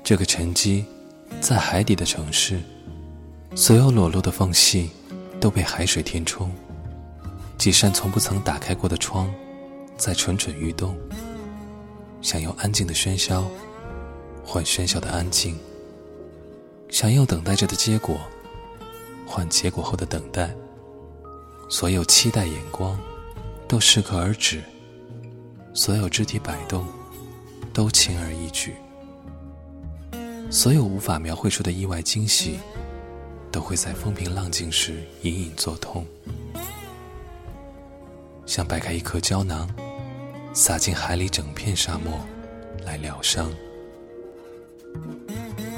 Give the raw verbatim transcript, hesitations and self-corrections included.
这个沉积在海底的城市，所有裸露的缝隙都被海水填充，几扇从不曾打开过的窗在蠢蠢欲动，想用安静的喧嚣换喧嚣的安静，想用等待着的结果换结果后的等待。所有期待眼光都适可而止，所有肢体摆动都轻而易举，所有无法描绘出的意外惊喜都会在风平浪静时隐隐作痛。像掰开一颗胶囊，撒进海里整片沙漠来疗伤。